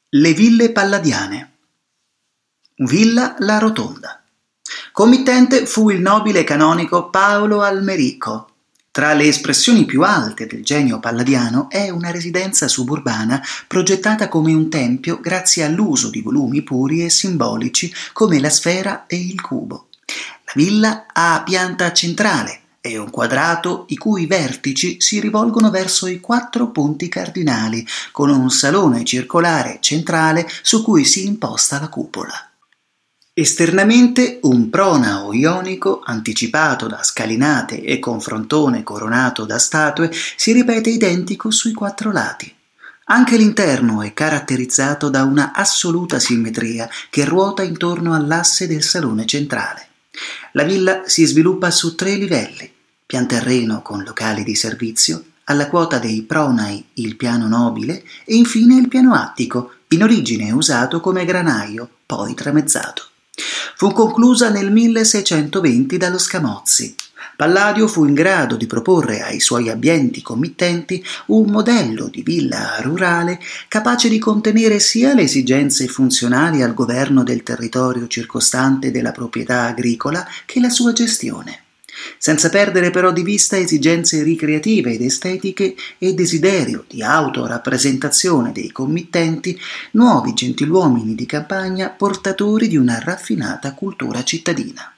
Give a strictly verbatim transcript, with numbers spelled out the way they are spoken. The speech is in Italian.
Le ville palladiane. Villa La Rotonda. Committente fu il nobile canonico Paolo Almerico. Tra le espressioni più alte del genio palladiano è una residenza suburbana progettata come un tempio grazie all'uso di volumi puri e simbolici come la sfera e il cubo. La villa ha pianta centrale e un quadrato i cui vertici si rivolgono verso i quattro punti cardinali, con un salone circolare centrale su cui si imposta la cupola. Esternamente un pronao ionico anticipato da scalinate e con frontone coronato da statue si ripete identico sui quattro lati. Anche l'interno è caratterizzato da una assoluta simmetria che ruota intorno all'asse del salone centrale. La villa si sviluppa su tre livelli: pianterreno con locali di servizio, alla quota dei pronai il piano nobile e infine il piano attico, in origine usato come granaio, poi tramezzato. Fu conclusa nel milleseicentoventi dallo Scamozzi. Palladio fu in grado di proporre ai suoi abbienti committenti un modello di villa rurale capace di contenere sia le esigenze funzionali al governo del territorio circostante della proprietà agricola che la sua gestione, senza perdere però di vista esigenze ricreative ed estetiche e desiderio di autorappresentazione dei committenti, nuovi gentiluomini di campagna portatori di una raffinata cultura cittadina.